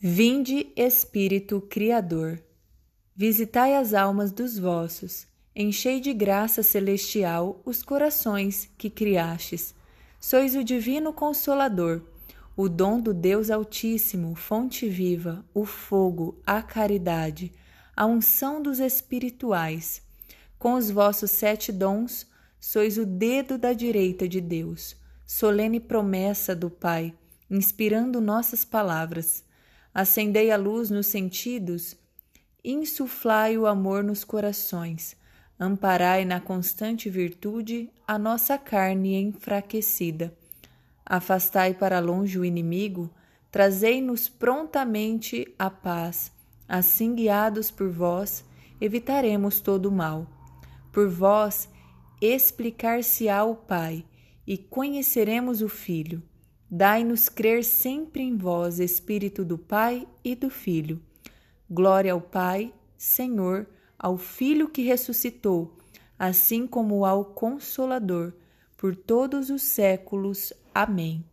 Vinde, Espírito Criador, visitai as almas dos vossos, enchei de graça celestial os corações que criastes. Sois o divino Consolador, o dom do Deus Altíssimo, fonte viva, o fogo, a caridade, a unção dos espirituais. Com os vossos 7 dons, sois o dedo da direita de Deus, solene promessa do Pai, inspirando nossas palavras. Acendei a luz nos sentidos, insuflai o amor nos corações, amparai na constante virtude a nossa carne enfraquecida. Afastai para longe o inimigo, trazei-nos prontamente a paz. Assim, guiados por vós, evitaremos todo o mal. Por vós, explicar-se-á o Pai, e conheceremos o Filho. Dai-nos crer sempre em vós, Espírito do Pai e do Filho. Glória ao Pai, Senhor, ao Filho que ressuscitou, assim como ao Consolador, por todos os séculos. Amém.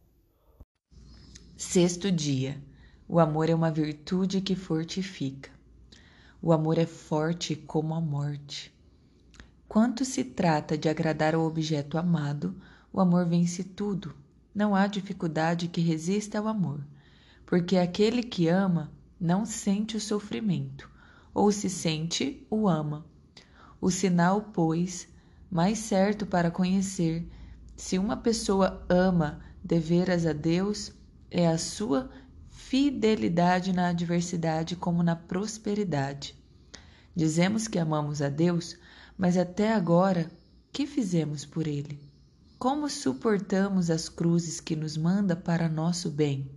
6º dia. O amor é uma virtude que fortifica. O amor é forte como a morte. Quando se trata de agradar ao objeto amado, o amor vence tudo. Não há dificuldade que resista ao amor, porque aquele que ama não sente o sofrimento, ou se sente, o ama. O sinal, pois, mais certo para conhecer se uma pessoa ama deveras a Deus é a sua fidelidade na adversidade como na prosperidade. Dizemos que amamos a Deus, mas até agora, que fizemos por Ele? Como suportamos as cruzes que nos manda para nosso bem?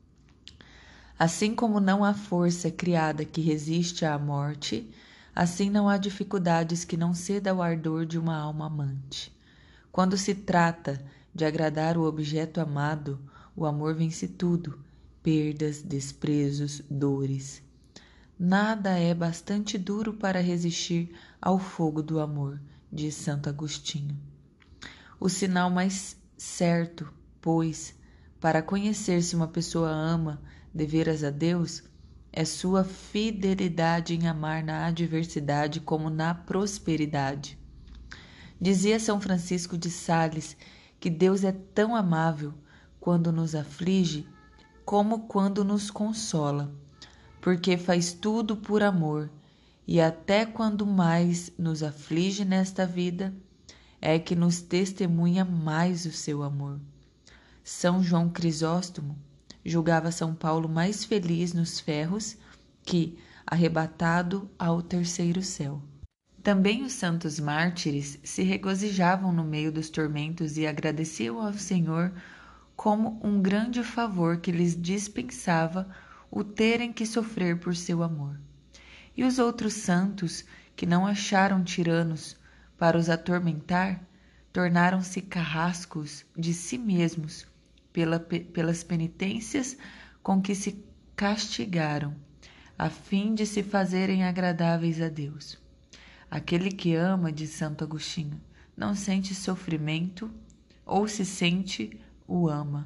Assim como não há força criada que resiste à morte, assim não há dificuldades que não ceda ao ardor de uma alma amante. Quando se trata de agradar o objeto amado, o amor vence tudo, perdas, desprezos, dores. Nada é bastante duro para resistir ao fogo do amor, diz Santo Agostinho. O sinal mais certo, pois, para conhecer se uma pessoa ama deveras a Deus, é sua fidelidade em amar na adversidade como na prosperidade. Dizia São Francisco de Sales que Deus é tão amável quando nos aflige como quando nos consola, porque faz tudo por amor, e até quando mais nos aflige nesta vida, é que nos testemunha mais o seu amor. São João Crisóstomo julgava São Paulo mais feliz nos ferros que arrebatado ao 3º céu. Também os santos mártires se regozijavam no meio dos tormentos e agradeciam ao Senhor como um grande favor que lhes dispensava o terem que sofrer por seu amor. E os outros santos, que não acharam tiranos para os atormentar, tornaram-se carrascos de si mesmos pelas penitências com que se castigaram, a fim de se fazerem agradáveis a Deus. Aquele que ama, diz Santo Agostinho, não sente sofrimento, ou se sente, o ama.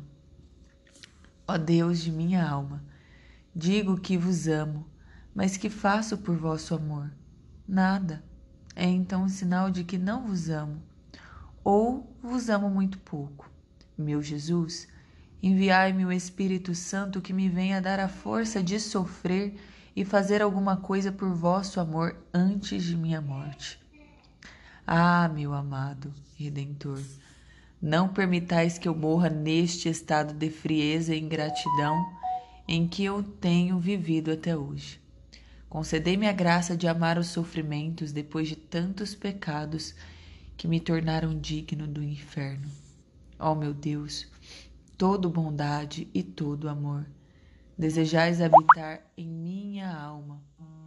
Ó Deus de minha alma, digo que vos amo, mas que faço por vosso amor? Nada. É então um sinal de que não vos amo, ou vos amo muito pouco. Meu Jesus, enviai-me o Espírito Santo que me venha dar a força de sofrer e fazer alguma coisa por vosso amor antes de minha morte. Ah, meu amado Redentor, não permitais que eu morra neste estado de frieza e ingratidão em que eu tenho vivido até hoje. Concedei-me a graça de amar os sofrimentos depois de tantos pecados que me tornaram digno do inferno. Ó meu Deus, todo bondade e todo amor, desejais habitar em minha alma,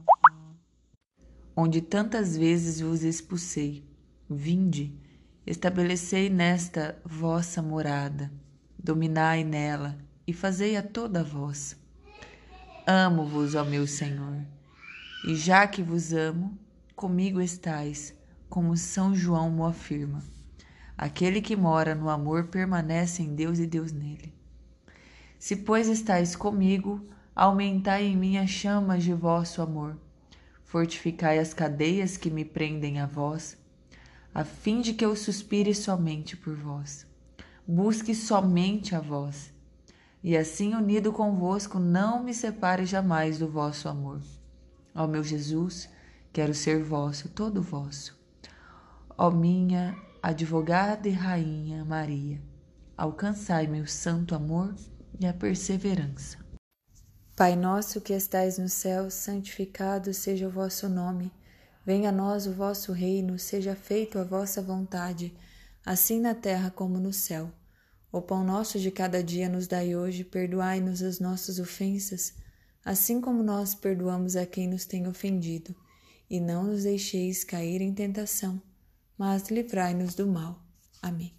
onde tantas vezes vos expulsei. Vinde, estabelecei nesta vossa morada, dominai nela e fazei-a toda vós. Amo-vos, ó meu Senhor, e já que vos amo, comigo estais, como São João mo afirma. Aquele que mora no amor permanece em Deus e Deus nele. Se, pois, estais comigo, Aumentai em mim as chamas de vosso amor. Fortificai as cadeias que me prendem a vós, a fim de que eu suspire somente por vós. Busque somente a vós, e assim unido convosco não me separe jamais do vosso amor. Ó meu Jesus, quero ser vosso, todo vosso. Ó minha advogada e rainha Maria, alcançai-me o santo amor e a perseverança. Pai nosso que estais no céu, santificado seja o vosso nome. Venha a nós o vosso reino, seja feita a vossa vontade, assim na terra como no céu. O pão nosso de cada dia nos dai hoje, perdoai-nos as nossas ofensas, assim como nós perdoamos a quem nos tem ofendido. E não nos deixeis cair em tentação, mas livrai-nos do mal. Amém.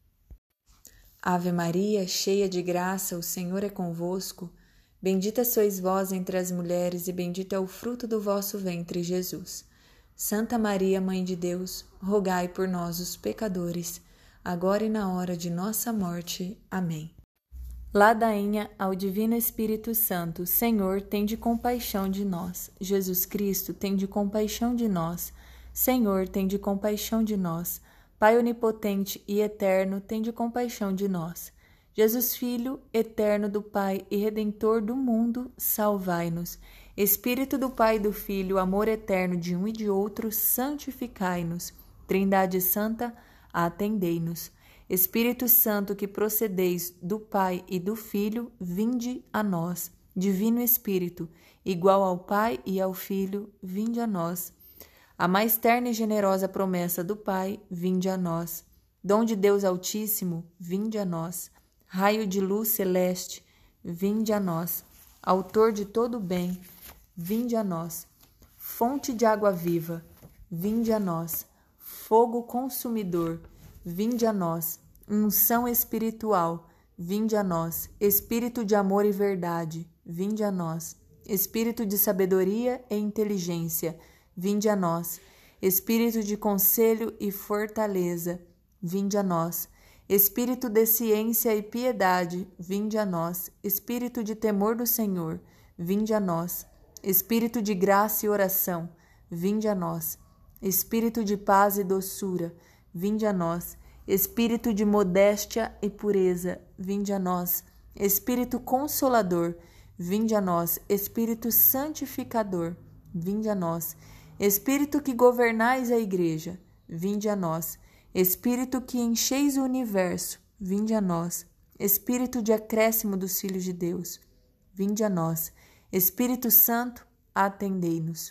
Ave Maria, cheia de graça, o Senhor é convosco. Bendita sois vós entre as mulheres, e bendito é o fruto do vosso ventre, Jesus. Santa Maria, Mãe de Deus, rogai por nós, os pecadores, agora e na hora de nossa morte. Amém. Ladainha ao Divino Espírito Santo. Senhor, tende compaixão de nós. Jesus Cristo, tende compaixão de nós. Senhor, tende compaixão de nós. Pai onipotente e eterno, tende compaixão de nós. Jesus, Filho eterno do Pai e Redentor do mundo, salvai-nos. Espírito do Pai e do Filho, amor eterno de um e de outro, santificai-nos. Trindade Santa, atendei-nos. Espírito Santo, que procedeis do Pai e do Filho, vinde a nós. Divino Espírito, igual ao Pai e ao Filho, vinde a nós. A mais terna e generosa promessa do Pai, vinde a nós. Dom de Deus Altíssimo, vinde a nós. Raio de luz celeste, vinde a nós. Autor de todo bem, vinde a nós. Fonte de água viva, vinde a nós. Fogo consumidor, vinde a nós. Unção espiritual, vinde a nós. Espírito de amor e verdade, vinde a nós. Espírito de sabedoria e inteligência, vinde a nós. Espírito de conselho e fortaleza, vinde a nós. Espírito de ciência e piedade, vinde a nós. Espírito de temor do Senhor, vinde a nós. Espírito de graça e oração, vinde a nós. Espírito de paz e doçura, vinde a nós. Espírito de modéstia e pureza, vinde a nós. Espírito consolador, vinde a nós. Espírito santificador, vinde a nós. Espírito que governais a Igreja, vinde a nós. Espírito que encheis o universo, vinde a nós. Espírito de acréscimo dos filhos de Deus, vinde a nós. Espírito Santo, atendei-nos.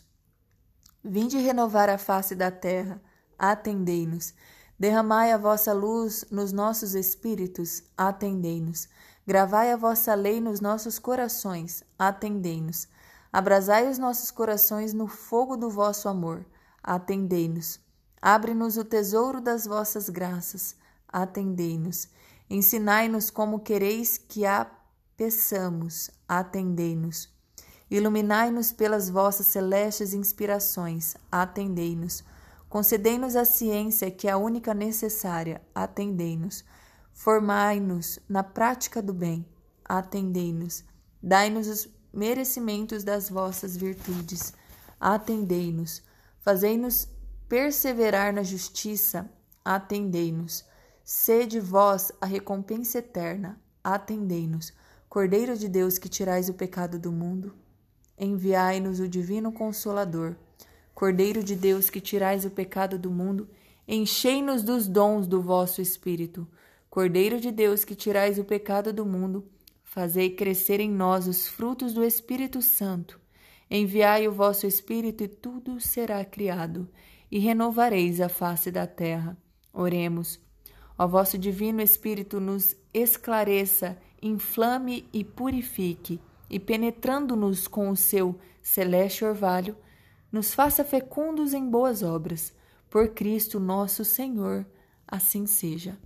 Vinde renovar a face da terra, atendei-nos. Derramai a vossa luz nos nossos espíritos, atendei-nos. Gravai a vossa lei nos nossos corações, atendei-nos. Abrasai os nossos corações no fogo do vosso amor, atendei-nos. Abre-nos o tesouro das vossas graças, atendei-nos. Ensinai-nos como quereis que a peçamos, atendei-nos. Iluminai-nos pelas vossas celestes inspirações, atendei-nos. Concedei-nos a ciência que é a única necessária, atendei-nos. Formai-nos na prática do bem, atendei-nos. Dai-nos os merecimentos das vossas virtudes, atendei-nos. Fazei-nos perseverar na justiça, atendei-nos. Sede vós a recompensa eterna, atendei-nos. Cordeiro de Deus, que tirais o pecado do mundo, enviai-nos o divino Consolador. Cordeiro de Deus, que tirais o pecado do mundo, enchei-nos dos dons do vosso Espírito. Cordeiro de Deus, que tirais o pecado do mundo, fazei crescer em nós os frutos do Espírito Santo. Enviai o vosso Espírito e tudo será criado, e renovareis a face da terra. Oremos. Ó vosso divino Espírito, nos esclareça, inflame e purifique, e penetrando-nos com o seu celeste orvalho, nos faça fecundos em boas obras. Por Cristo nosso Senhor, assim seja.